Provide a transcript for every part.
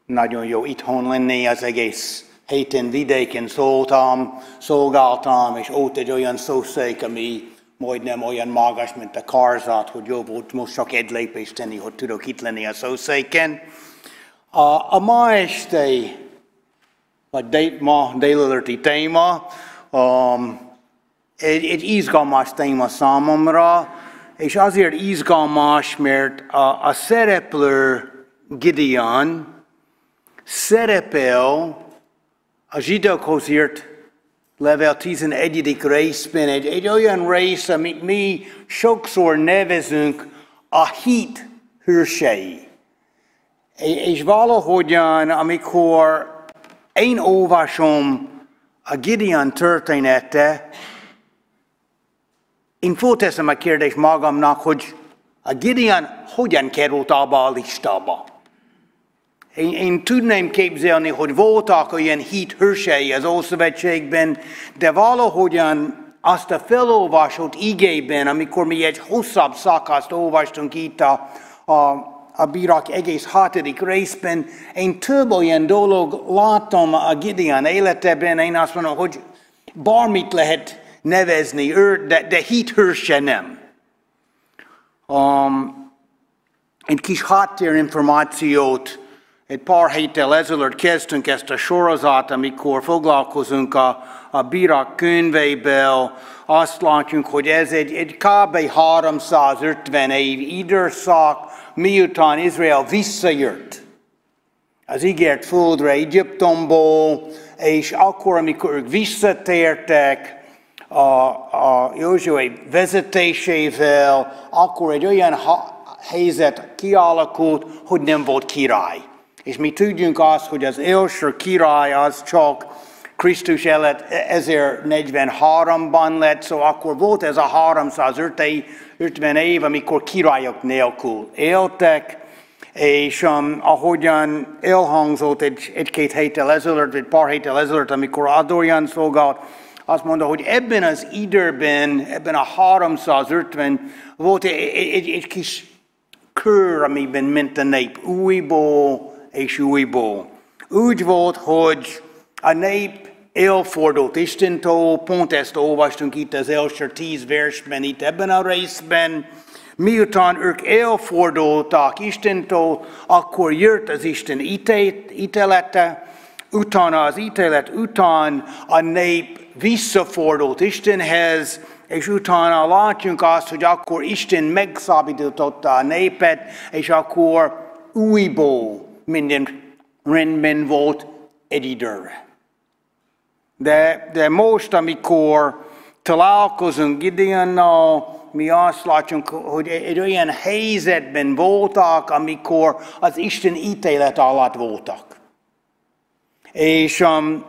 nagyon jó itthon lenni, az egész héten vidéken szolgáltam, és ott egy olyan szószék, ami majdnem olyan magas, mint a karzat, hogy jó volt most csak egy lépést tenni, hogy tudok itt lenni a szószéken. A ma este, vagy ma délelőtti téma, egy izgalmas téma számomra, és azért izgalmas, mert a szereplő Gideon szerepel a zsidókhoz írt levél 11. részben, egy olyan rész, amit mi sokszor nevezünk a hit hősei. És valahogyan, amikor én olvasom a Gideon története, én fölteszem a kérdést magamnak, hogy a Gideon hogyan került abba a listába. Én tudnám képzelni, hogy voltak olyan hithősei az Ószövetségben, de valahogyan azt a felolvasott igében, amikor mi egy hosszabb szakaszt olvastunk itt a Bírák egész 6. részben, én több olyan dolog láttam a Gideon életében, én azt mondom, hogy bármit lehet nevezni őt, de hithőse nem. Egy kis háttérinformációt. Egy pár héttel ezelőtt kezdtünk ezt a sorozat, amikor foglalkozunk a Bírák könyvéből. Azt látjuk, hogy ez egy kb. 350 év időszak, miután Izrael visszajött az ígért földre Egyiptomból, és akkor, amikor ők visszatértek a Józsué vezetésével, akkor egy olyan helyzet kialakult, hogy nem volt király. És mi tudjunk azt, hogy az első király az csak Krisztus előtt 1043-ban lett, szóval akkor volt ez a 350 év, amikor királyok nélkül éltek, és ahogyan elhangzott egy-két héttel ezelőtt, vagy pár héttel ezelőtt, amikor Adorján szolgált, azt mondta, hogy ebben az időben, ebben a 350 volt egy kis kör, amiben ment a nép újból és újból. Úgy volt, hogy a nép elfordult Istentől, pont ezt olvastunk itt az első 10 versben, itt ebben a részben. Miután ők elfordultak Istentől, akkor jött az Isten ítélete, utána az ítélet után a nép visszafordult Istenhez, és utána látjunk azt, hogy akkor Isten megszabadította a népet, és akkor újból minden rendben volt egy időre. De most, amikor találkozunk Gideonnal, mi azt látjuk, hogy egy olyan helyzetben voltak, amikor az Isten ítélet alatt voltak. És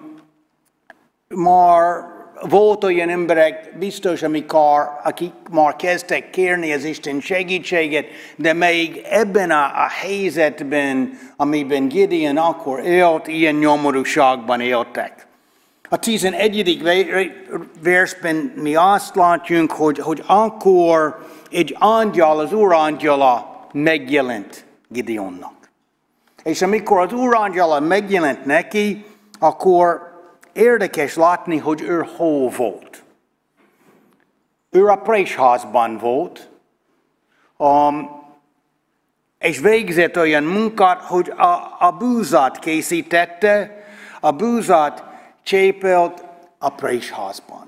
már volt olyan emberek, biztos, akik már kezdtek kérni az Isten segítséget, de még ebben a helyzetben, amiben Gideon akkor élt, ilyen nyomorúságban éltek. A 11. versben mi azt látjuk, hogy akkor egy angyal, az Úr angyala megjelent Gideonnak. És amikor az Úr angyala megjelent neki, akkor érdekes látni, hogy ő hol volt. Ő a présházban volt, és végzett olyan munkát, hogy a búzát készítette, a búzát csépelt a présházban.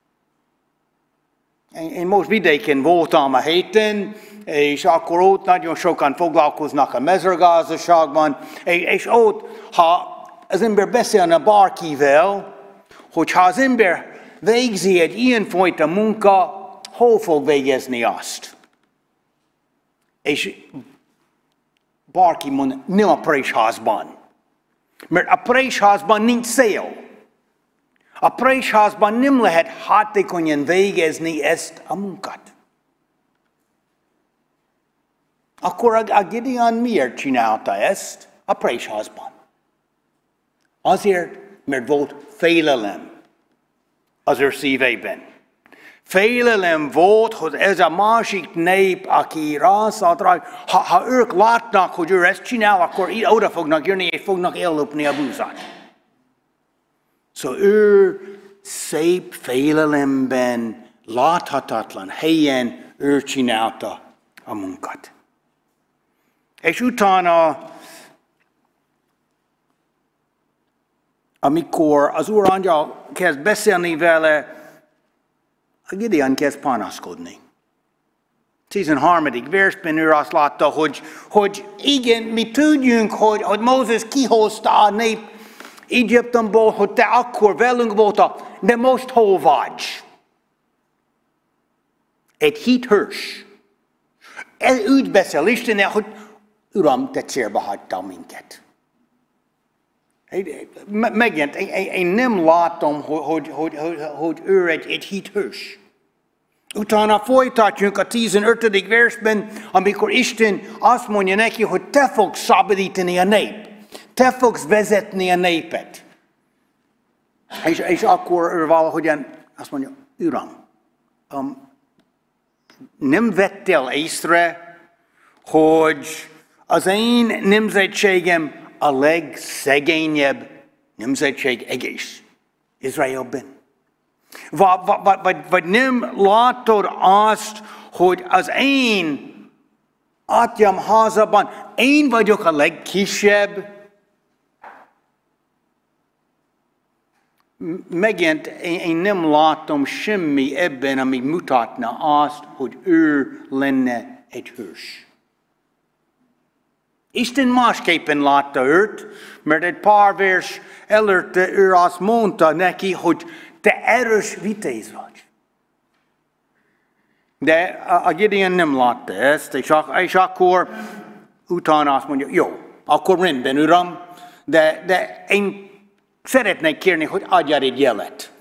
Én most vidéken voltam a héten, és akkor ott nagyon sokan foglalkoznak a mezőgazdaságban, és ott, ha az ember beszélne bárkivel, hogyha az ember végzi egy ilyenfajta munka, hol fog végezni azt? És bárki mond, nem a présházban. Mert a présházban nincs szél. A présházban nem lehet hatékonyan végezni ezt a munkát. Akkor a Gideon miért csinálta ezt a présházban? Azért, mert volt félelem az ő szívében. Félelem volt, hogy ez a másik nép, aki rászállt rá, ha ők látnak, hogy ő ezt csinál, akkor oda fognak jönni, és fognak ellopni a búzát. Szóval ő szép félelemben, láthatatlan helyen ő csinálta a munkát. És utána, amikor az Úr angyal kezd beszélni vele, Gideon kezd panaszkodni. 13. versben ő azt látta, hogy igen, mi tudjunk, hogy Mózes kihozta a nép Egyiptomból, hogy te akkor velünk voltál, de most hol vagy? Egy hithős. Úgy beszél Istennel, hogy Uram, te célba hagytál minket. Megint, én nem látom, hogy ő egy hithős. Utána folytatjunk a 15. versben, amikor Isten azt mondja neki, hogy te fogsz szabadítani a nép. Te fogsz vezetni a népet. És akkor ő valahogyan azt mondja, Uram, nem vettél észre, hogy az én nemzetségem a legszegényebb nemzetség egész Izraelben. Vagy nem látod azt, hogy az én atyám házában én vagyok a legkisebb? Megint én nem látom semmi ebben, ami mutatna azt, hogy ő lenne egy hős. Isten másképpen látta őt, mert egy pár vers előtte ő azt mondta neki, hogy te erős vitéz vagy. De a Gideon nem látta ezt, és akkor utána azt mondja, jó, akkor rendben, Uram, de én szeretnék kérni, hogy adjál egy jelet.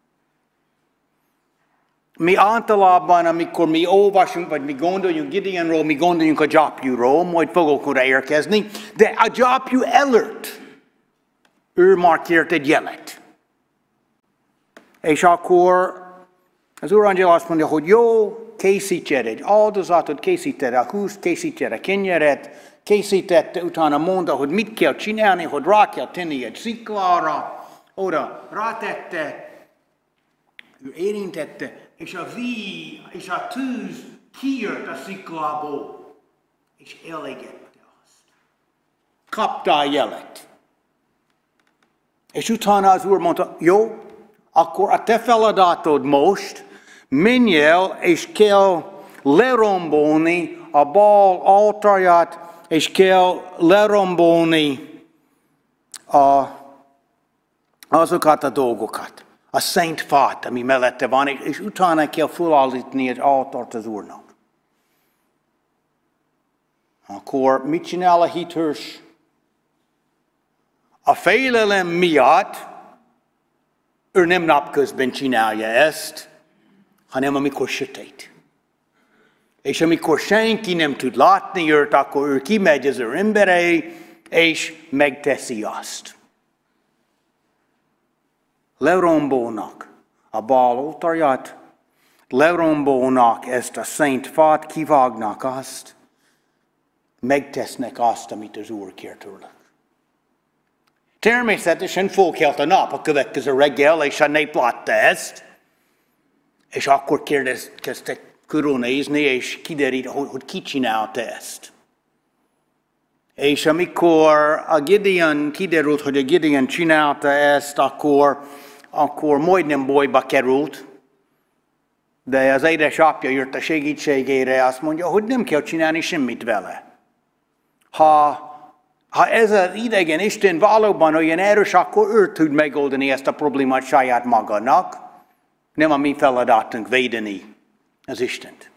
Mi általában, amikor mi olvasunk, vagy mi gondoljunk Gideonról, mi gondoljunk a gyapjúról, majd fogok oda érkezni, de a gyapjú előtt ő már kért egy jelet. És akkor az úrangyal azt mondja, hogy jó, készítsd egy áldozatot, készítsd a húst, készítsd a kenyeret, készítette, utána mondta, hogy mit kell csinálni, hogy rá kell tenni egy sziklára, oda rátette, ő érintette, és a víz és a tűz kijött a sziklából, és elégette azt. Kapta a jelet. És utána az Úr mondta, jó, akkor a te feladatod most, menj el, és kell lerombolni a Baál altarját, és kell lerombolni azokat a dolgokat, a szent fát, ami mellette van, és utána kell felállítani egy altart az Úrnak. Akkor mit csinál a hithős? A félelem miatt ő nem napközben csinálja ezt, hanem amikor sötét. És amikor senki nem tud látni őt, akkor ő kimegy az ő emberei, és megteszi azt. Lerombolnak a Baál oltarját, lerombolnak ezt a szent fát, kivágnak azt, megtesznek azt, amit az Úr kér tőlük. Természetesen fölkelt a nap a következő reggel, és a nép látta ezt, és akkor kezdtek körülnézni, és kiderít, hogy ki csinálta ezt. És amikor a Gideon kiderült, hogy a Gideon csinálta ezt, akkor majdnem bajba került, de az édesapja jött a segítségére, azt mondja, hogy nem kell csinálni semmit vele. Ha ez az idegen Isten valóban olyan erős, akkor ő tud megoldani ezt a problémát saját magának, nem a mi feladatunk védeni az Istent.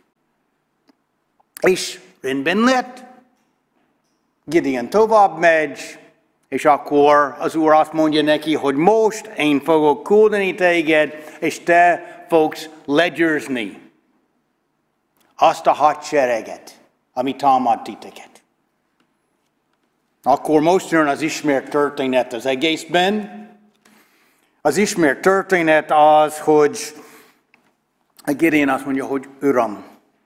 És rendben lett, Gideon tovább megy, és akkor az Úr azt mondja neki, hogy most én fogok küldeni téged, és te fogsz legyőzni azt a hadsereget, ami támad titeket. Akkor most jön az ismert történet az egészben. Az ismert történet az, hogy A Gideon azt mondja, hogy Uram,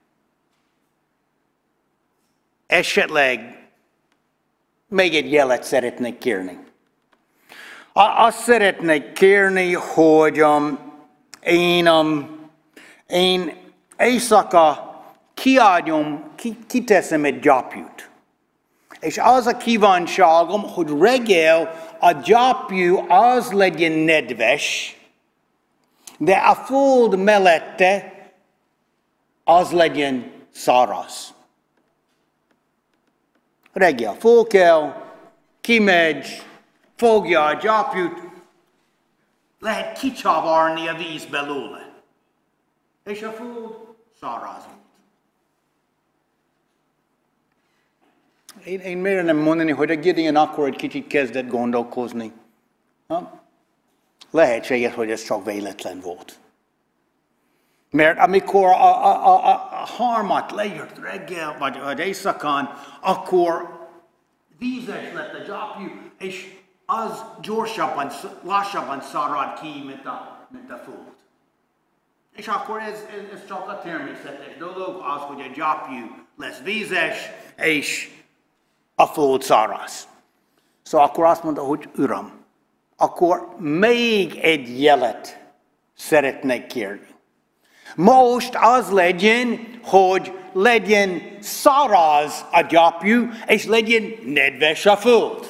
esetleg még egy jelet szeretnék kérni. Azt szeretnék kérni, hogy én éjszaka kiteszem egy gyapjút. És az a kívánságom, hogy reggel a gyapjú az legyen nedves, de a föld mellette az legyen száraz. Reggel fölkel, kimegy, fogja a gyapjút, lehet kicsavarni a víz belőle. És a föld száraz. Én miért nem mondani, hogy a Gideon akkor egy kicsit kezdett gondolkozni. Lehetséges, hogy ez csak véletlen volt. Mert amikor a harmat lejött reggel, vagy éjszakán, akkor vízes lett a gyapjú, és az gyorsabban, lassabban szárad ki, mint a föld. És akkor ez csak a természetes dolog, az, hogy a gyapjú lesz vízes, és a föld száraz. Szóval akkor azt mondta, hogy Uram, akkor még egy jelet szeretnék kérni. Most az legyen, hogy legyen száraz a gyapjú, és legyen nedves a föld.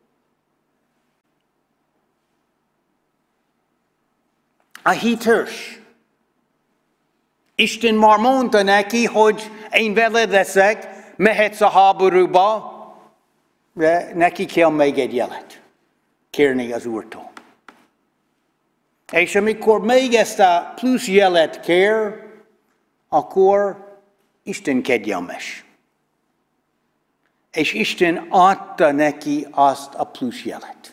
A hitős. Isten már mondta neki, hogy én veled leszek, mehetsz a háborúba, de neki kell még egy jelet kérni az Úrtól. És amikor még ezt a plusz jelet kér, akkor Isten kegyelmes. És Isten adta neki azt a plusz jelet.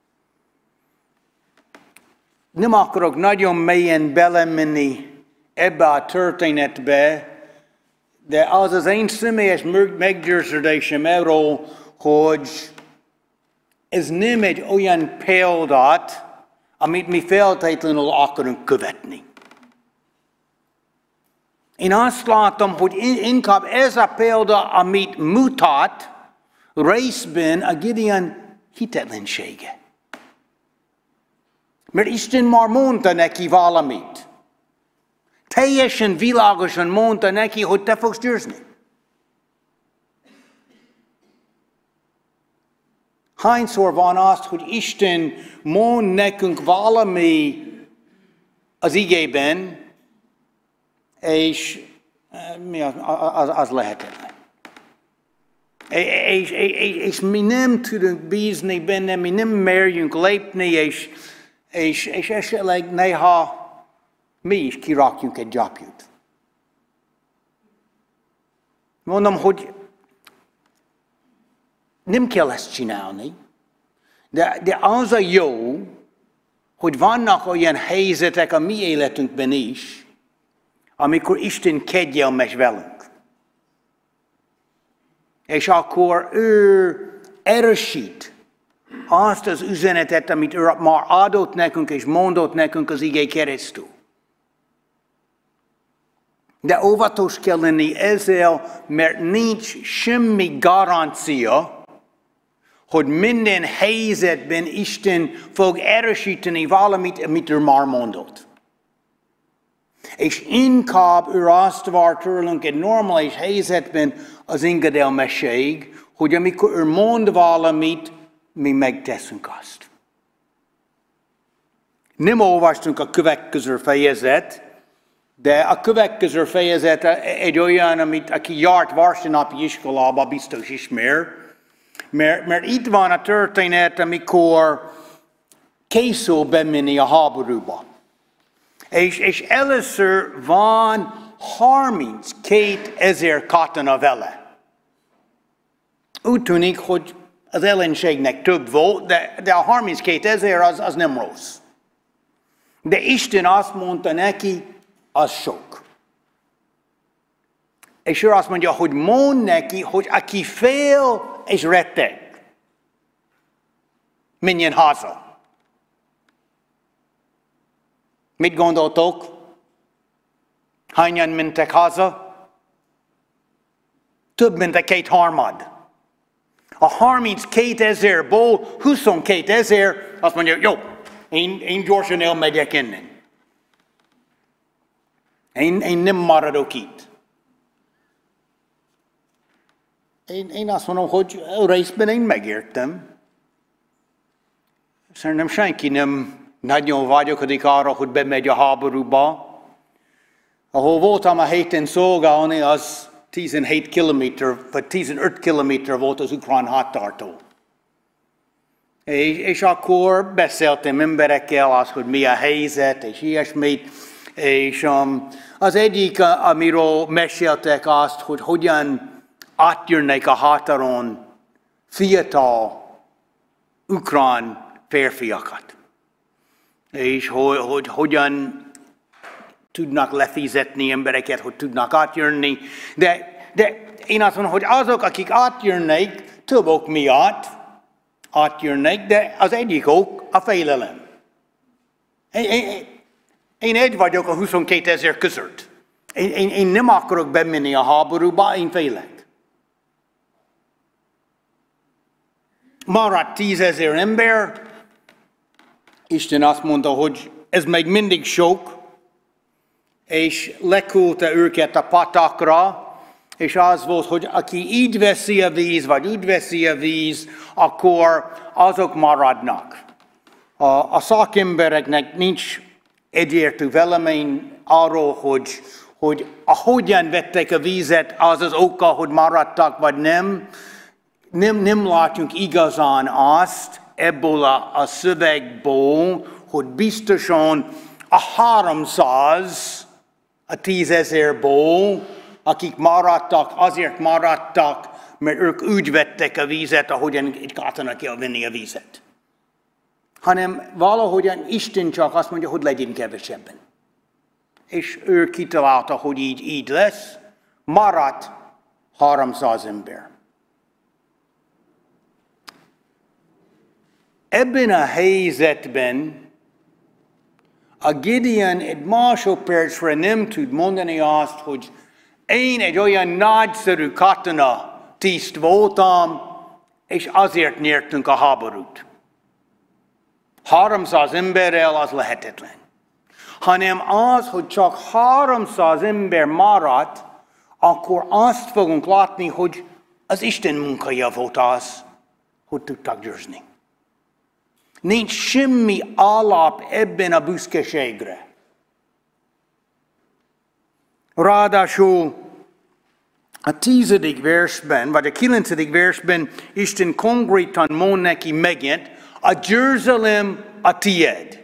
Nem akarok nagyon mélyen belemenni ebbe a történetbe, de az az én személyes meggyőződésem erről, hogy ez nem egy olyan példát, amit mi feltétlenül akarunk követni. Én azt látom, hogy inkább ez a példa, amit mutat részben a Gideon hitetlensége. Mert Isten már mondta neki valamit. Teljesen világosan mondta neki, hogy te fogsz győzni. Hányszor van azt, hogy Isten mond nekünk valami az igében, és az lehetetlen. És mi nem tudunk bízni benne, mi nem merjünk lépni, és esetleg néha mi is kirakjunk egy gyapjút. Mondom, hogy nem kell ezt csinálni, de az a jó, hogy vannak olyan helyzetek a mi életünkben is, amikor Isten kegyelmes velünk. És akkor ő erősít azt az üzenetet, amit ő már adott nekünk és mondott nekünk az igé keresztül. De óvatos kell lenni ezzel, mert nincs semmi garancia, hogy minden helyzetben Isten fog erősíteni valamit, amit ő már mondott. És inkább ő azt vár tőlünk egy normális helyzetben az engedelmesség, hogy amikor ő mond valamit, mi megteszünk azt. Nem olvastunk a következő fejezet, de a következő fejezet egy olyan, amit aki járt vasárnapi iskolába, biztos ismer, mert itt van a történet, amikor készül bemenni a háborúba. És először van 32 000 katona vele. Úgy tűnik, hogy az ellenségnek több volt, de a 32 000 az nem rossz. De Isten azt mondta neki, az sok. És ő azt mondja, hogy mond neki, hogy aki fél és retteg, menjen haza. Mit gondoltok? Hányan mentek haza? Több, mint a 2/3. A 32 000-ból 22 000 azt mondja, jó, én gyorsan elmegyek innen. Én nem maradok itt. Én azt mondom, hogy részben én megértem. Szerintem senki nem nagyon vágyakodik arra, hogy bemegy a háborúba. Ahol voltam a héten szolgálni, az 17 kilométer, vagy 15 kilométer volt az ukrán határtól. És akkor beszéltem emberekkel az, hogy mi a helyzet, és ilyesmit. És az egyik, amiről meséltek azt, hogy hogyan átjönnek a határon fiatal ukrán férfiakat. És hogy hogyan tudnak lefizetni embereket, hogy tudnak átjönni. De én azt mondom, hogy azok, akik átjönnek, több ok miatt átjönnek, de az egyik ok a félelem. Én egy vagyok a 22 000 között. Én nem akarok bemenni a háborúba, én félek. Maradt 10 000 ember, Isten azt mondta, hogy ez még mindig sok, és leküldte őket a patakra, és az volt, hogy aki így veszi a víz, vagy úgy veszi a víz, akkor azok maradnak. A szakembereknek nincs egyértő vélemény arról, hogy ahogyan vették a vízet, az az oka, hogy maradtak, vagy nem. Nem látjuk igazán azt ebből a szövegből, hogy biztosan a 300 a 10 000-ból, akik maradtak, azért maradtak, mert ők úgy vettek a vízet, ahogyan egy katona kell venni a vízet. Hanem valahogyan Isten csak azt mondja, hogy legyen kevesebben. És ő kitalálta, hogy így lesz, maradt 300 ember. Ebben a helyzetben a Gideon egy másodpercre nem tud mondani azt, hogy én egy olyan nagyszerű katona tiszt voltam, és azért nyertünk a háborút. 300 emberrel az lehetetlen. Hanem az, hogy csak 300 ember maradt, akkor azt fogunk látni, hogy az Isten munkája volt az, hogy tudtak győzni. Nincs semmi alap ebben a büszkeségre. Ráadásul a 10. versben, vagy a 9. versben Isten konkrétan mond neki megint, a Jeruzsálem a tied.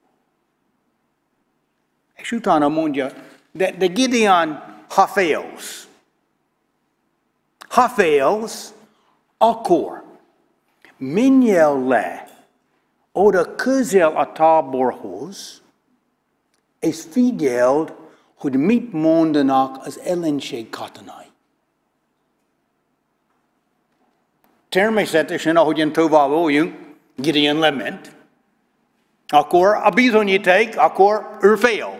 És utána mondja, de Gideon, ha félsz, akkor menjél le oda közel a táborhoz, és figyeld, hogy mit mondanak az ellenség katonái. Természetesen, ahogyan tovább vagyunk, Gideon lement, akkor a bizonyíték, akkor ő fél.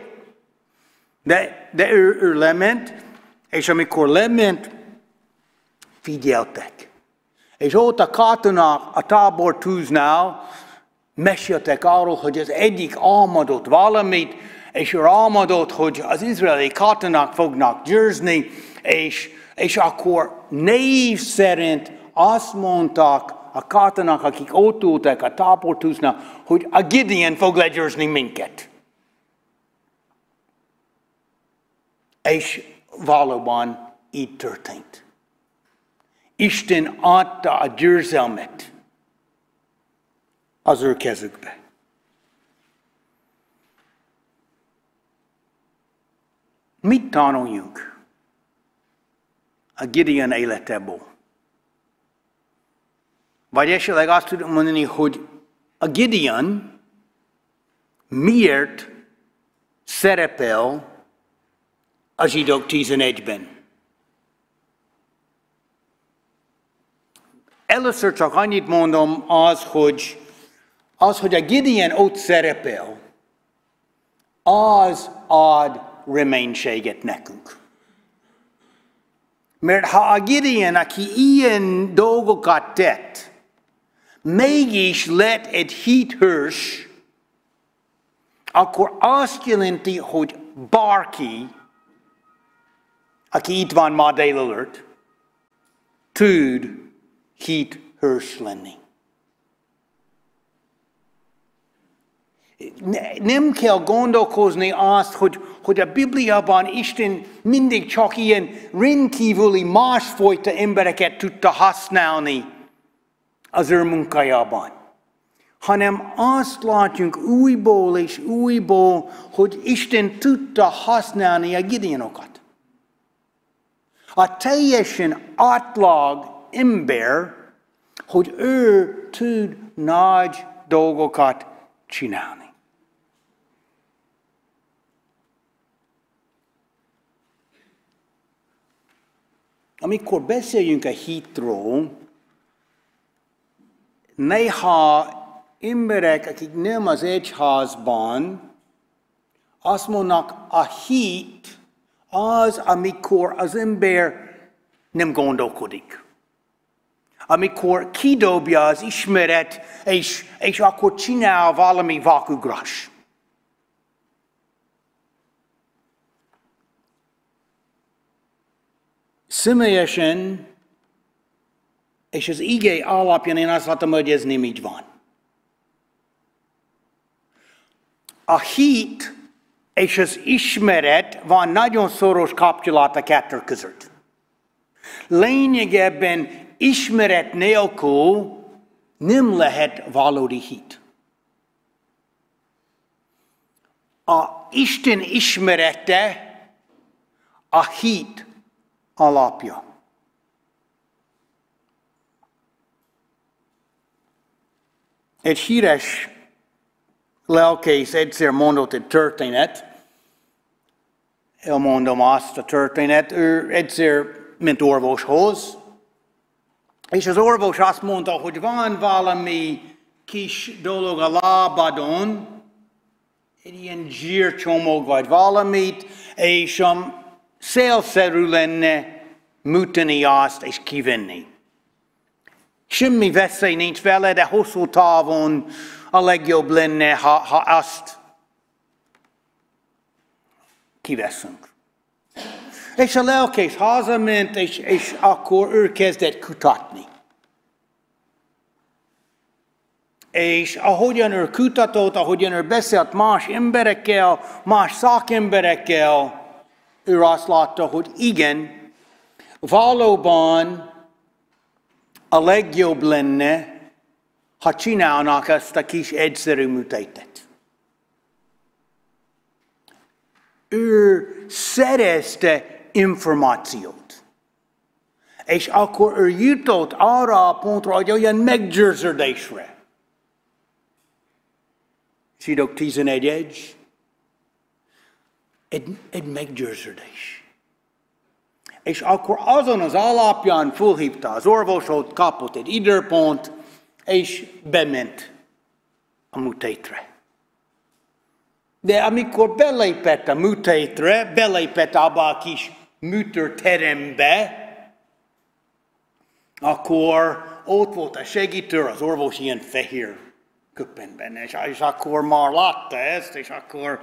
De ő lement, és amikor lement, figyeltek. És ott a katonák a tábor tűznál meséltek arról, hogy az egyik álmodott valamit, és ő álmodott, hogy az izraeli katonák fognak győzni, és akkor név szerint azt mondták a katonák, akik ott ültek a tábortűznek, hogy a Gideon fog legyőzni minket. És valóban így történt. Isten adta a győzelmet az ő kezükbe. Mit tanuljunk a Gideon életéből? Vagy esetleg azt tudom mondani, hogy a Gideon miért szerepel a Zsidók 11-ben? Először csak annyit mondom, hogy a Gideon ott szerepel, az ad reménységet nekünk. Mert ha a Gideon, aki ilyen dolgokat tett, mégis lett egy hithős, akkor azt jelenti, hogy bárki, aki itt van ma délelőtt, tud hithős lenni. Nem kell gondolkozni azt, hogy a Bibliában Isten mindig csak ilyen rendkívüli másfajta embereket tudta használni az ő munkájában. Hanem azt látjuk újból és újból, hogy Isten tudta használni a Gideonokat. A teljesen átlag ember, hogy ő tud nagy dolgokat csinálni. Amikor beszéljünk a hitről, néha emberek, akik nem az egyházban, azt mondnak, a hit az, amikor az ember nem gondolkodik. Amikor kidobja az ismeret, és akkor csinál valami vakugrás. Személyesen, és az ige alapján én azt látom, hogy ez nem így van. A hit és az ismeret van nagyon szoros kapcsolat a kettő között. Lényegében ismeret nélkül nem lehet valódi hit. A Isten ismerete a hit alapja. Egy híres lelkész egyszer mondott egy történet, elmondom azt a történet, ő egyszer ment orvoshoz, és az orvos azt mondta, hogy van valami kis dolog a lábadon, egy ilyen zsírcsomag vagy valamit, és célszerű lenne műteni azt és kivenni. Semmi veszély nincs vele, de hosszú távon a legjobb lenne, ha azt kiveszünk. És a lelkész hazament, és akkor ő kezdett kutatni. És ahogyan ő kutatott, ahogyan ő beszélt más emberekkel, más szakemberekkel, ő azt látta, hogy igen, valóban a legjobb lenne, ha csinálnak ezt a kis egyszerű műtétet. Ő szerezte információt. És akkor ő jutott arra a pontra, hogy olyan meggyőződésre. Zsidók 11:1. Egy meggyőződés. És akkor azon az alapján fölhívta az orvosot, kapott egy időpont, és bement a műtétre. De amikor belépett a műtétre, belépett abba a kis műtőterembe, akkor ott volt a segítő, az orvos ilyen fehér köpenben, és akkor már látta ezt, és akkor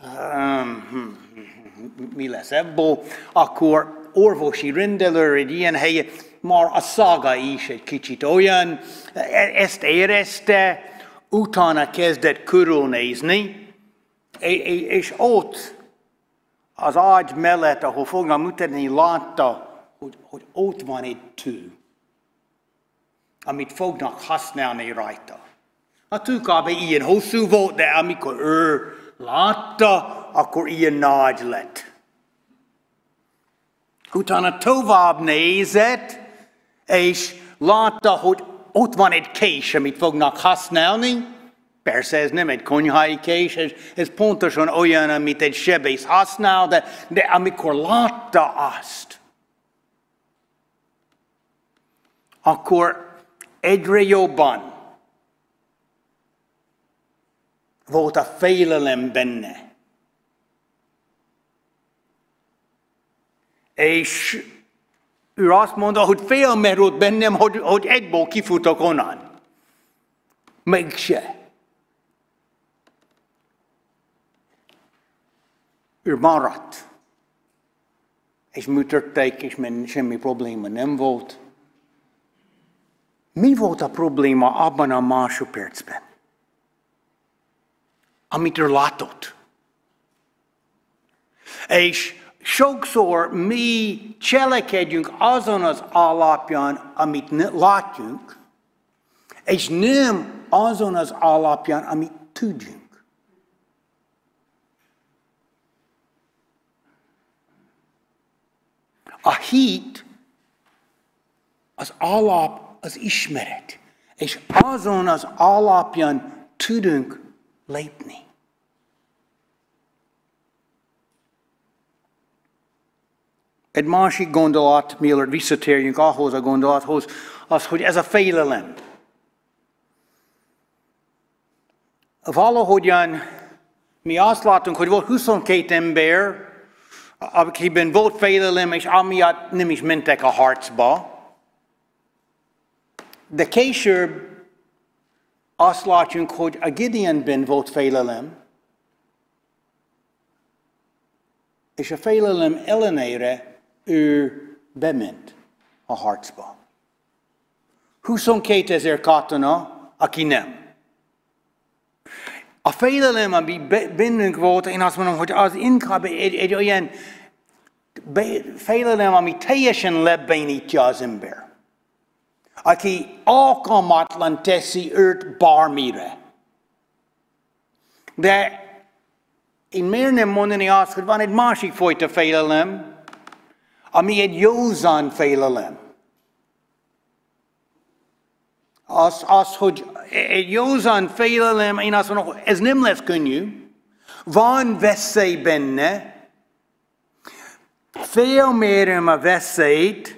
mi lesz ebből, akkor orvosi rendelő egy ilyen helyen, már a szaga is egy kicsit olyan, ezt érezte, utána kezdett körülnézni, és ott az ágy mellett, ahol fognak mutatni, látta, hogy ott van egy tű, amit fognak használni rajta. A tű kb. Ilyen hosszú volt, de amikor ő látta, akkor ilyen nagy lett. Utána tovább nézett, és látta, hogy ott van egy kés, amit fognak használni. Persze ez nem egy konyhai kés, ez pontosan olyan, amit egy sebész használ, de amikor látta azt, akkor egyre jobban volt a félelem benne. És ő azt mondta, hogy félmerült bennem, hogy egyből kifutok onnan. Mégse. Ő maradt. És műtötték, és semmi probléma nem volt. Mi volt a probléma abban a másodpercben? Amit ő látott. És sokszor mi cselekedjünk azon az alapján, amit látjunk, és nem azon az alapján, amit tudjunk. A hit az alap, az ismeret, és azon az alapján tudunk lépni. Egy másik gondolat, mielőtt visszatérjünk ahhoz a gondolathoz, az, hogy ez a félelem. Valahogyan mi azt látunk, hogy volt 22 ember, akiben volt félelem, és amiatt nem is mentek a harcba. De később azt látjuk, hogy a Gideonben volt félelem, és a félelem ellenére ő bement a harcba. 22 000 katona, aki nem. A félelem, ami bennünk volt, én azt mondom, hogy az inkább egy olyan félelem, ami teljesen lebénítja az ember. Aki alkalmatlan teszi őt bármire. De én miért nem mondani azt, hogy van egy másik fajta félelem, ami egy józan félelem. Az, hogy egy józan félelem, én azt mondom, hogy ez nem lesz könnyű. Van veszély benne. Félmérem a veszélyt,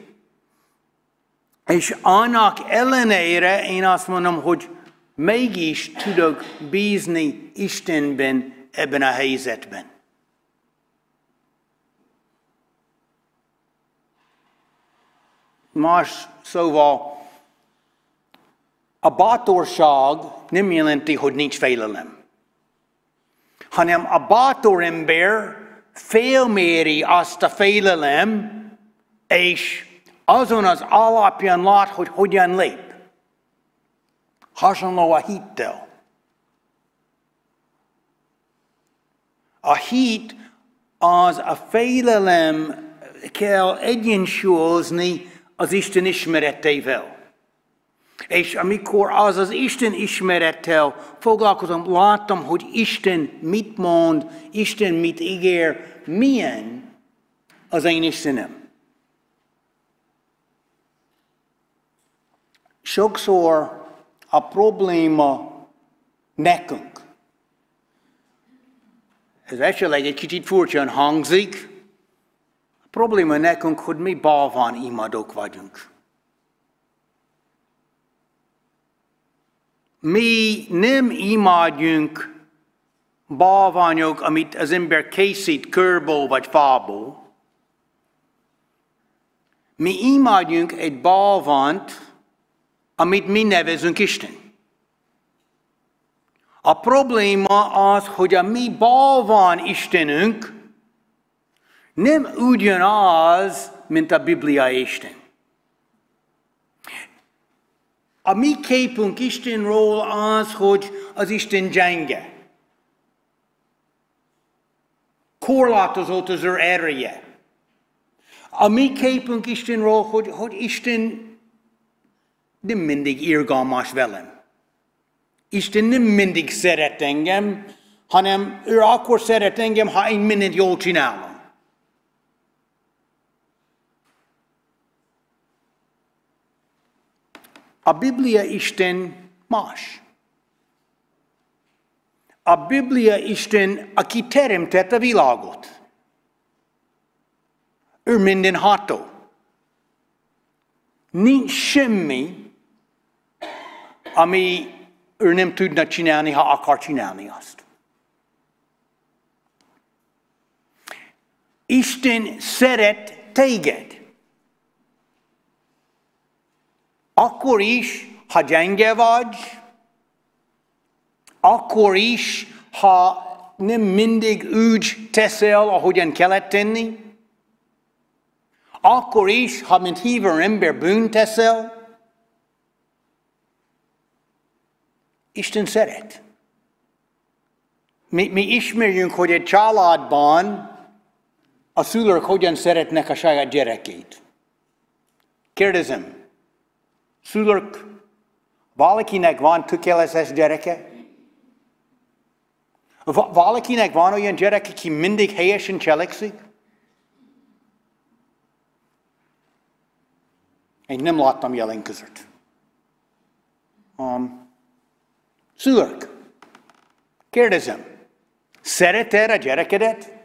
és annak ellenére én azt mondom, hogy mégis tudok bízni Istenben ebben a helyzetben. Más szóval, a bátorság nem jelenti, hogy nincs félelem, hanem a bátor ember félméri azt a félelem, és azon az alapján lát, hogy hogyan lép. Hasonló a hittel. A hit az a félelem kell egyensúlyozni az Isten ismeretével. És amikor az Isten ismerettel foglalkozom, láttam, hogy Isten mit mond, Isten mit ígér, milyen az én Istenem. Sokszor a probléma nekünk. Ez esetleg egy kicsit furcsán hangzik. A probléma nekünk, hogy mi balván imádók vagyunk. Mi nem imádjunk bálványok, amit az ember készít körből vagy fából. Mi imádjunk egy bálványt, amit mi nevezünk Isten. A probléma az, hogy a mi bálvány Istenünk nem ugyanaz, mint a Biblia Isten. A mi képünk Istenről az, hogy az Isten gyenge. Korlátozott az ő ereje. A mi képünk Istenről, hogy Isten nem mindig irgalmas velem. Isten nem mindig szeret engem, hanem ő akkor szeret engem, ha én mindent jól csinálom. A Biblia Isten más. A Biblia Isten, aki teremtett a világot. Ő mindenható. Nincs semmi, ami ő nem tudna csinálni, ha akar csinálni azt. Isten szeret téged. Akkor is, ha gyenge vagy, akkor is, ha nem mindig úgy teszel, ahogyan kellett tenni, akkor is, ha mint hívő ember bűnt teszel, Isten szeret. Mi ismerjünk, hogy egy családban a szülők hogyan szeretnek a saját gyerekét. Kérdezem, szülők, valakinek van tökéletes gyereke? Valakinek van olyan gyerek, aki mindig helyesen cselekszik? Én nem láttam jelen között. Szülők, kérdezem, szereted a gyerekedet?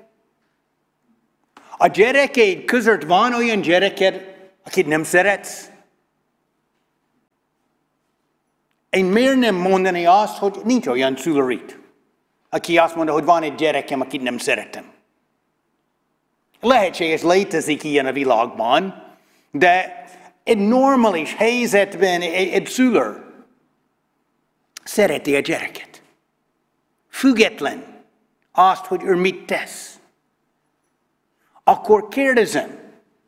A gyerekeid között van olyan gyereked, akit nem szeretsz? Én miért nem mondani azt, hogy nincs olyan szülő itt, aki azt mondja, hogy van egy gyerekem, akit nem szeretem. Lehetséges, létezik ilyen a világban, de egy normális helyzetben egy szülő szereti a gyereket. Független azt, hogy ő mit tesz. Akkor kérdezem,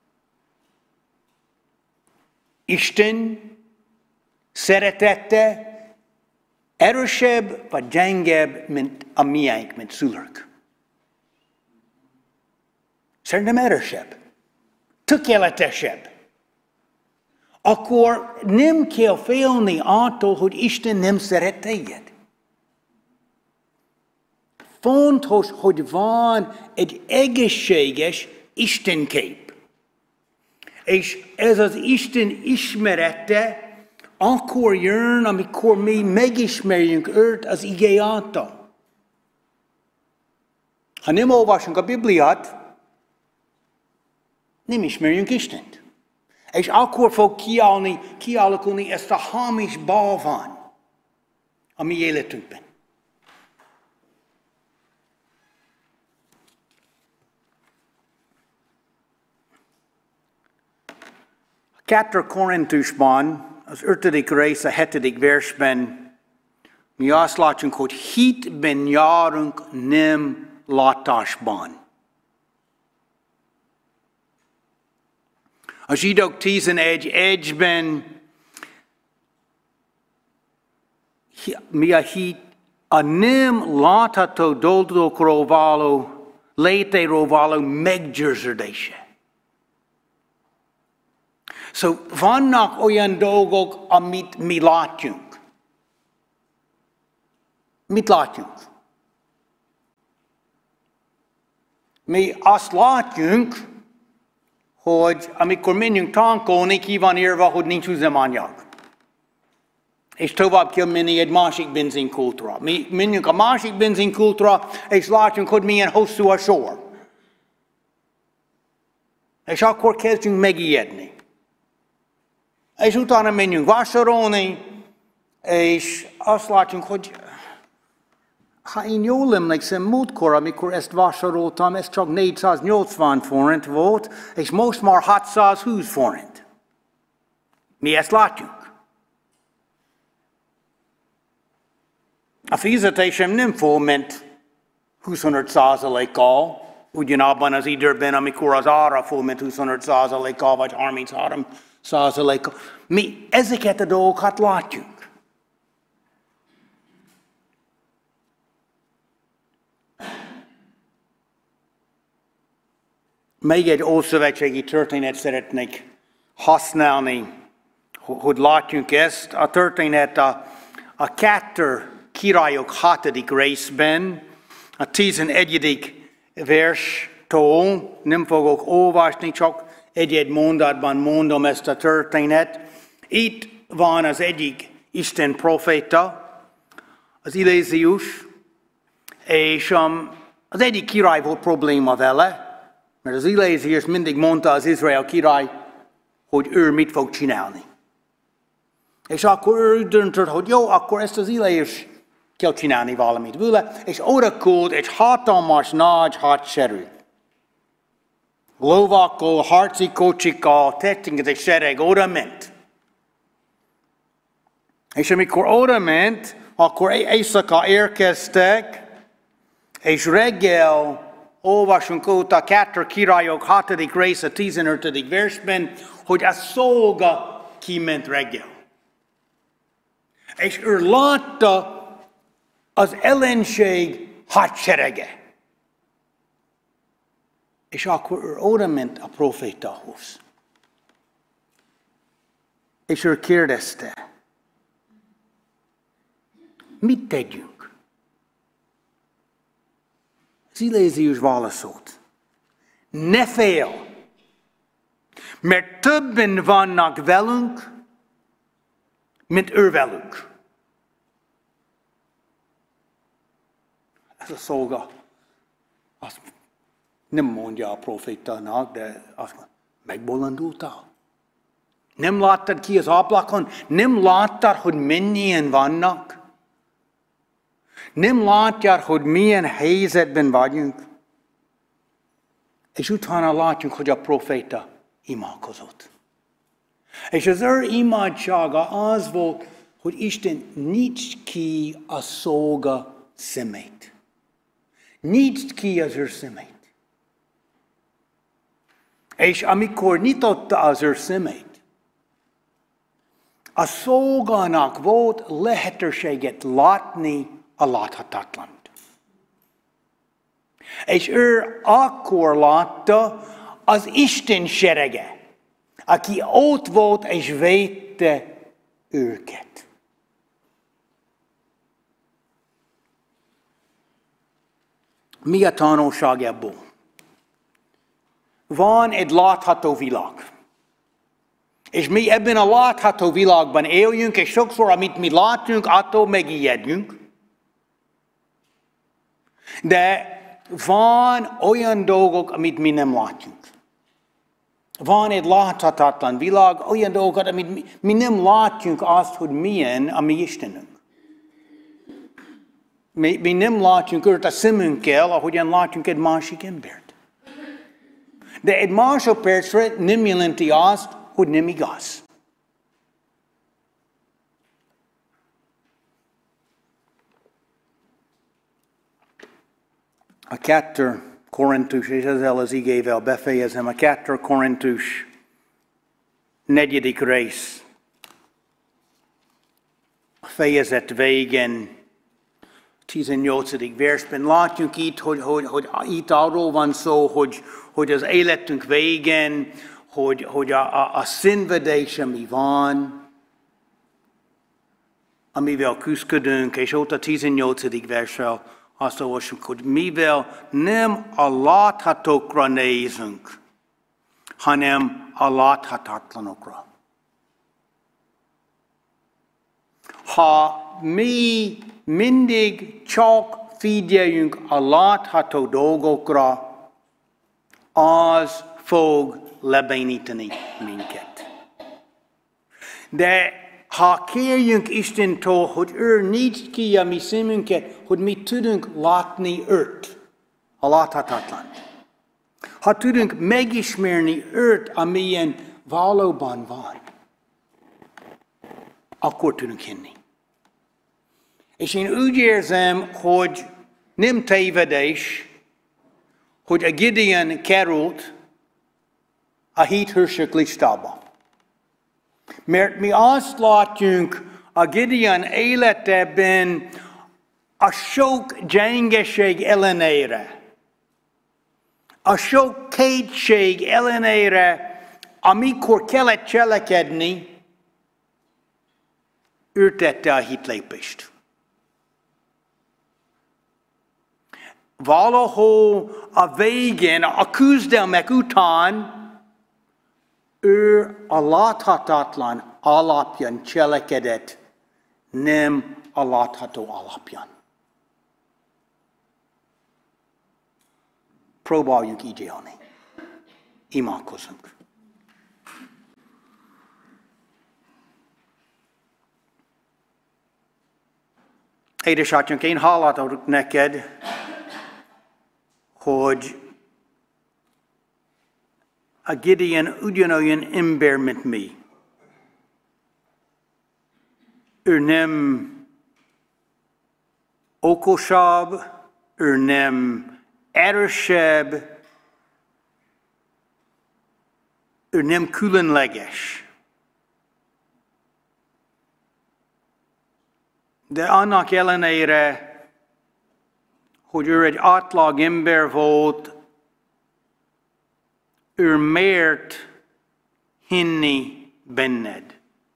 Isten szeretete erősebb vagy gyengebb, mint a miénk, mint szülők? Szerintem erősebb, tökéletesebb. Akkor nem kell félni attól, hogy Isten nem szeret téged. Fontos, hogy van egy egészséges Istenkép. És ez az Isten ismerete akkor jön, amikor mi megismerjünk őt az ige által. Ha nem olvasunk a Bibliát, nem ismerjünk Istent. És akkor fog kialakulni ezt a hamis bálvány a mi életünkben. A 2 Korintusban, az 5. rész, a 7. versben mi azt látjuk, hogy hitben járunk, nem látásban. A zsidók 11:1-ben mi a hit? A nem látható dolgokról való, létéről való meggyőződése. Szóval vannak olyan dolgok, amit mi látjunk. Mit látjunk? Mi azt látjunk, hogy amikor menjünk tankolni, ki van írva, hogy nincs üzemanyag. És tovább kell menni egy másik benzinkultra. Mi menjünk a másik benzinkultra, és látjunk, hogy milyen hosszú a sor. És akkor kezdjünk megijedni. És utána menjünk vásárolni, és azt látjuk, hogy ha én jól emlékszem, múltkor, amikor ezt vásároltam, ez csak 480 forint volt, és most már 620 forint. Mi ezt látjuk. A fizetésem nem fölment 25%-kal, ugyanabban az időben, amikor az ára fölment 25%-kal, vagy 33%-kal. Mi ezeket a dolgokat látjuk. Még egy ószövetségi történet szeretnék használni, hogy látjunk ezt. A történet a 2 Királyok 6. részben, a 11. verstől, nem fogok olvasni, csak egy mondatban mondom ezt a történet. Itt van az egyik Isten proféta, az Éliás, és az egyik király volt probléma vele, mert az Éliás mindig mondta az Izrael király, hogy ő mit fog csinálni. És akkor ő döntött, hogy jó, akkor ezt az Éliás kell csinálni valamit vele, és oda küld egy hatalmas nagy hadsereg. lovakkal, harci kocsikkal, tettünk egy sereg, oda ment. És amikor oda ment, akkor éjszaka érkeztek, és reggel olvasunk ott a 2 Királyok 6. része 15. versben, hogy a szolga kiment reggel. És ő látta az ellenség hadserege. És akkor ő oda ment a profétahoz. És ő kérdezte, mit tegyünk? Szilézius válaszolt, ne fél, mert többen vannak velünk, mint ő velünk. Ez a szolga azt nem mondja a profétának, de azt mondja, megbolondultál? Nem láttad ki az ablakon? Nem láttad, hogy mennyien vannak? Nem látják, hogy milyen helyzetben vagyunk? És utána látjuk, hogy a proféta imádkozott. És az ő imádsága az volt, hogy Isten nyitd ki a szolga szemét. Nyitd ki az ő szemét. És amikor nyitotta az ő szemét, a szolgának volt lehetőséget látni a láthatatlant. És ő akkor látta az Isten serege, aki ott volt és védte őket. Mi a tanulság ebből? Van egy látható világ. És mi ebben a látható világban éljünk, és sokszor, amit mi látunk, attól megijedjünk. De van olyan dolgok, amit mi nem látjuk. Van egy láthatatlan világ, olyan dolgokat, amit mi nem látjuk azt, hogy milyen a mi Istenünk. Mi nem látjuk őt a szemünkkel, ahogyan látjuk egy másik embert. De egy másodpercre nem jelenti azt, hogy nem igaz. A 2 Korintus, és ezzel az igével befejezem, a 2 Korintus 4. rész. A fejezet végén, 18. versben látjuk itt, hogy itt arról van szó, hogy az életünk végén, hogy a szenvedés, ami van, amivel küzdködünk, és ott a 18. verssel azt olvassuk, hogy mivel nem a láthatókra nézünk, hanem a láthatatlanokra. Ha mi mindig csak figyeljünk a látható dolgokra, az fog lebénítani minket. De ha kérjünk Istentől, hogy ő nyitd ki a mi szemünket, hogy mi tudunk látni őt, a láthatatlant. Ha tudunk megismerni őt, amilyen valóban van, akkor tudunk hinni. És én úgy érzem, hogy nem tévedés, hogy a Gideon került a hithősök listába. Mert mi azt látjuk a Gideon életében a sok gyengeség ellenére, a sok kétség ellenére, amikor kellett cselekedni, ő tette a hitlépést. Valahol a végén, a küzdelmek után, ő a láthatatlan alapján cselekedett, nem a látható alapján. Próbáljunk így élni. Imádkozzunk. Édesatyánk, én hálát adok neked, hogy a Gideon ugyanolyan ember, mint mi. Ő nem okosabb, ő nem erősebb, ő nem különleges. De annak ellenére, hogy ő egy átlag ember volt, ő mert hinni benned.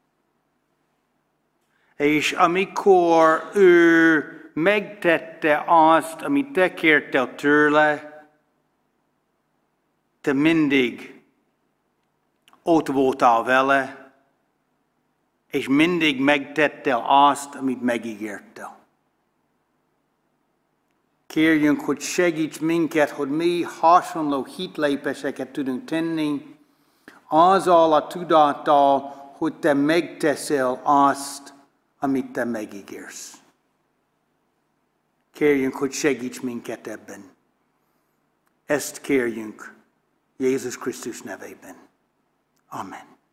És amikor ő megtette azt, amit te kértél tőle, te mindig ott voltál vele, és mindig megtettél azt, amit megígértél. Kérjünk, hogy segíts minket, hogy mi hasonló hitlépéseket tudunk tenni, azzal a tudattal, hogy te megteszel azt, amit te megígérsz. Kérjünk, hogy segíts minket ebben. Ezt kérjünk Jézus Krisztus nevében. Amen.